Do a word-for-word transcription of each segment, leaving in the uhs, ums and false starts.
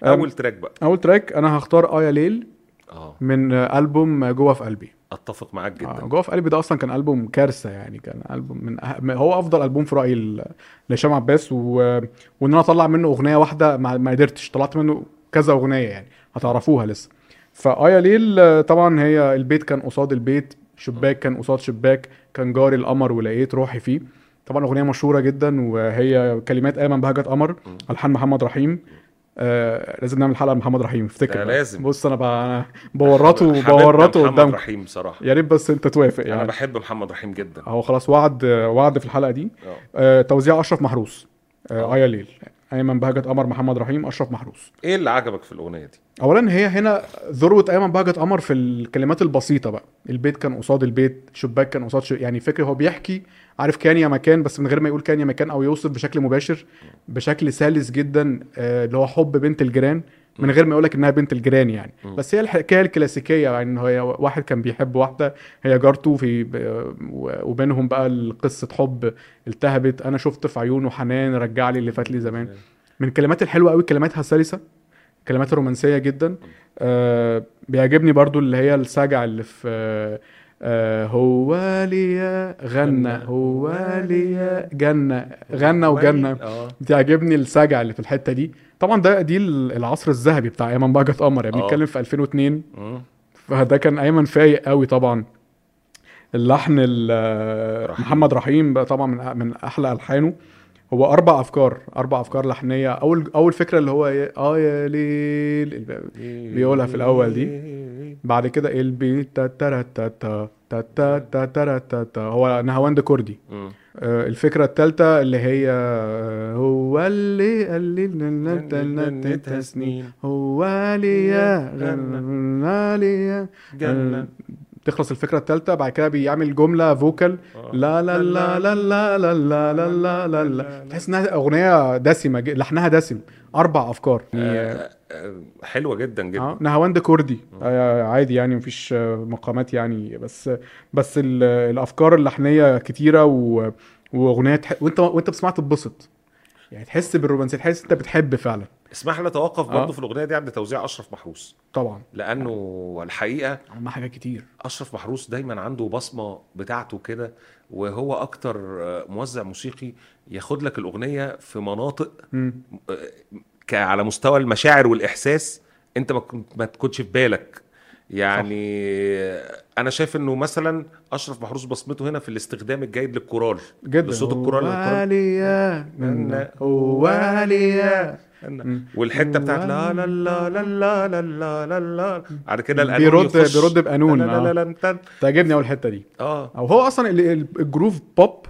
اول تراك بقى. اول تراك انا هختار اه يا ليل اه من البوم جوه في قلبي. اتفق معاك آه، جدا. جوه في قلبي ده اصلا كان البوم كارثه يعني، كان البوم من أه... من- هو افضل البوم في رايي ل- لهشام عباس، و... وان انا اطلع منه اغنيه واحده ما... ما قدرتش، طلعت منه كذا اغنيه يعني هتعرفوها لسه. فآية ليل آه، طبعا هي البيت كان قصاد البيت، شباك كان قصاد شباك، كان جاري القمر ولقيت روحي فيه. طبعا اغنيه مشهوره جدا، وهي كلمات ايمن بهجت قمر، مم. الحان محمد رحيم. آه لازم نعمل حلقه لمحمد رحيم، افتكر ده بقى. لازم. بص انا بقى أنا حب- بورطه حبيبنا بورطه محمد قدامكم، رحيم بصراحة. يا ريت بس انت توافق انا يعني. بحب محمد رحيم جدا. هو خلاص وعد وعد في الحلقه دي. اه آه توزيع اشرف محروس. آه اه آية ليل، ايمن بهجت قمر، محمد رحيم، اشرف محروس. ايه اللي عجبك في الاغنية دي؟ اولا هي هنا ذروه ايمن بهجت قمر في الكلمات البسيطه بقى، البيت كان قصاد البيت، شباك كان قصاد شو... يعني فكره هو بيحكي، عارف كان يا مكان، بس من غير ما يقول كان يا مكان او يوصف بشكل مباشر، بشكل سلس جدا. آه، اللي هو حب بنت الجيران، من مم. غير ما يقولك انها بنت الجيران يعني. مم. بس هي الحكايه الكلاسيكيه يعني، ان هي واحد كان بيحب واحده، هي جارته في ب- وبينهم بقى قصه حب التهبت، انا شفت في عيونه حنان رجع لي اللي فات لي زمان. من الكلمات الحلوه قوي، كلماتها سلسه، كلمات رومانسيه جدا. آه بيعجبني برضو اللي هي السجع اللي في آه آه هو ليا غنى، غنى هو ليا واليا جنة، غنى وجنة. والي اه بتعجبني السجع اللي في الحتة دي. طبعا ده دي العصر الذهبي بتاع ايمن بهجت قمر يعني، اه بنتكلم في ألفين واتنين، مم. فده كان ايمن فايق قوي طبعا. اللحن ال- آه، رحيم. محمد رحيم بقى طبعا من من احلى الحانه. هو اربع افكار، اربع افكار لحنيه. اول اول فكره اللي هو إيه، اه يا ليل اللي بيقولها في الاول دي. بعد كده البي تا تا تا تا تا تا تا تا تا تا، هو نهاوند كردي. مم. آه، الفكرة التالتة اللي هي آه، هو اللي قال لي نتنتها سنين، سنين هو اللي يا يا غنى غنى لي. آه، جنة. تخلص الفكرة التالتة، بعد كده بيعمل جملة فوكال، اه لا لا لا لا لا لا لا لا لا لا لا لا لا لا لا لا لا، لا لا. تحس انها اغنية دسمة، ج- لحنها دسم. اربع افكار يعني. اه آه، آه، حلوة جدا آه، جدا. نهاوند كردي، مم. آه، عادي يعني، مفيش آه، مقامات يعني. بس بس ال- الافكار اللحنيه كتيره، و... واغنيه تح... وانت وانت بتسمعها تتبسط يعني، تحس بالرومانسيه، تحس انت بتحب فعلا. اسمح لي اتوقف برضو اه في الاغنية دي عند توزيع اشرف محروس، طبعا، لانه الحقيقة عملنا حاجات كتير. اشرف محروس دايما عنده بصمه بتاعته كده، وهو اكتر آه، موزع موسيقي ياخد لك الاغنيه في مناطق امم آه، ك- على مستوى المشاعر والاحساس انت ما كنت ما تكونش في بالك صح يعني. آه، انا شايف انه مثلا اشرف محروس بصمته هنا في الاستخدام الجيد للكورال، جدا. لصوت الكورال. هو الكورال ليا غنى هو ليا. غنى. مم. والحته بتاعت هو لا لا لا لا لا لا لا لا لا، بعد كده القانون بيرد بيرد يخش لا بقانون. لا لا اه لا لا. تعجبني اول الحته دي. اه او هو اصلا ال- ال- الجروف بوب.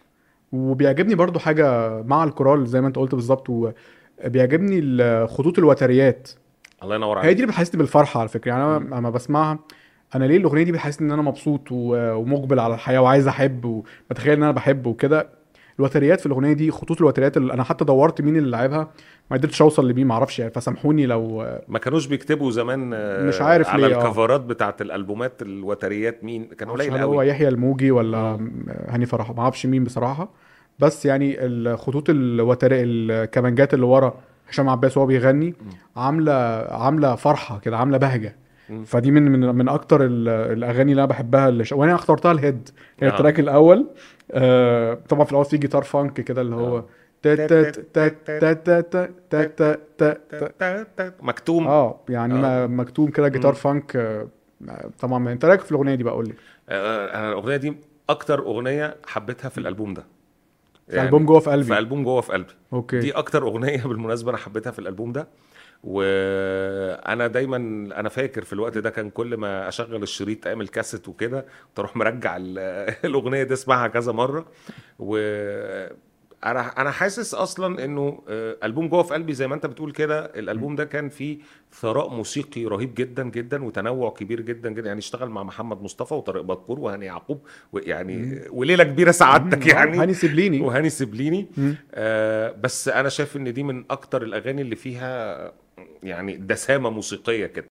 وبيعجبني برضو حاجه مع الكورال زي ما انت قلت بالظبط، وبيعجبني ال- خطوط الوتريات. الله ينور هي دي اللي عليك. بتحسسني بالفرحه على فكره يعني. انا مم. لما بسمعها، انا ليه الاغنيه دي بتحسسني ان انا مبسوط و- ومقبل على الحياه وعايز احب، وبتخيل ان انا بحب وكده. الوتريات في الاغنيه دي، خطوط الوتريات اللي انا حتى دورت مين اللي لعبها، ما قدرتش اوصل لمين، ما اعرفش يعني، فسامحوني لو ما كانوش بيكتبوا زمان مش آه، عارف على ليه. اه الكفرات بتاعت الالبومات الوتريات مين ما كان اعرفش قليل هل هو قوي. يحيى الموجي ولا مم. هاني فرح، ما اعرفش مين بصراحه. بس يعني الخطوط الوتريه، الكمانجات اللي ورا هشام عباس وهو بيغني، مم. عامله عامله فرحه كده، عامله بهجه. مم. فدي من من من اكتر ال- الاغاني اللي انا بحبها، اللي ش... وانا اخترتها الهيد، هي اه التراك الاول. آه طبعا في الاول في جيتار فانك كده اللي هو اه تا تا تا تا تا تا تا تا تا تا. مكتوم. اه يعني ما اه مكتوم كده جيتار مم. فانك. آه طبعا انت رايك في الاغنيه دي بقى، قول لي. آه، انا الاغنيه دي اكتر اغنيه حبيتها في الالبوم ده في البوم يعني. جوه في في قلبي. ألبوم جوه في قلبي. اوكي. دي اكتر اغنيه بالمناسبه انا حبيتها في الألبوم ده. وانا دايما انا فاكر في الوقت ده كان كل ما اشغل الشريط اعمل كاسيت وكده تروح مرجع ال- الاغنيه دي اسمعها كذا مره. و انا انا حاسس اصلا انه آه، البوم جوه في قلبي زي ما انت بتقول كده، الالبوم ده كان فيه ثراء موسيقي رهيب جدا جدا وتنوع كبير جدا جدا يعني. اشتغل مع محمد مصطفى وطارق بكور وهاني يعقوب ويعني مم. وليله كبيره سعادتك مم. اه يعني. هاني سيبليني. وهاني سبليني. مم. آه بس انا شايف ان دي من اكتر الاغاني اللي فيها يعني دسامه موسيقيه كده.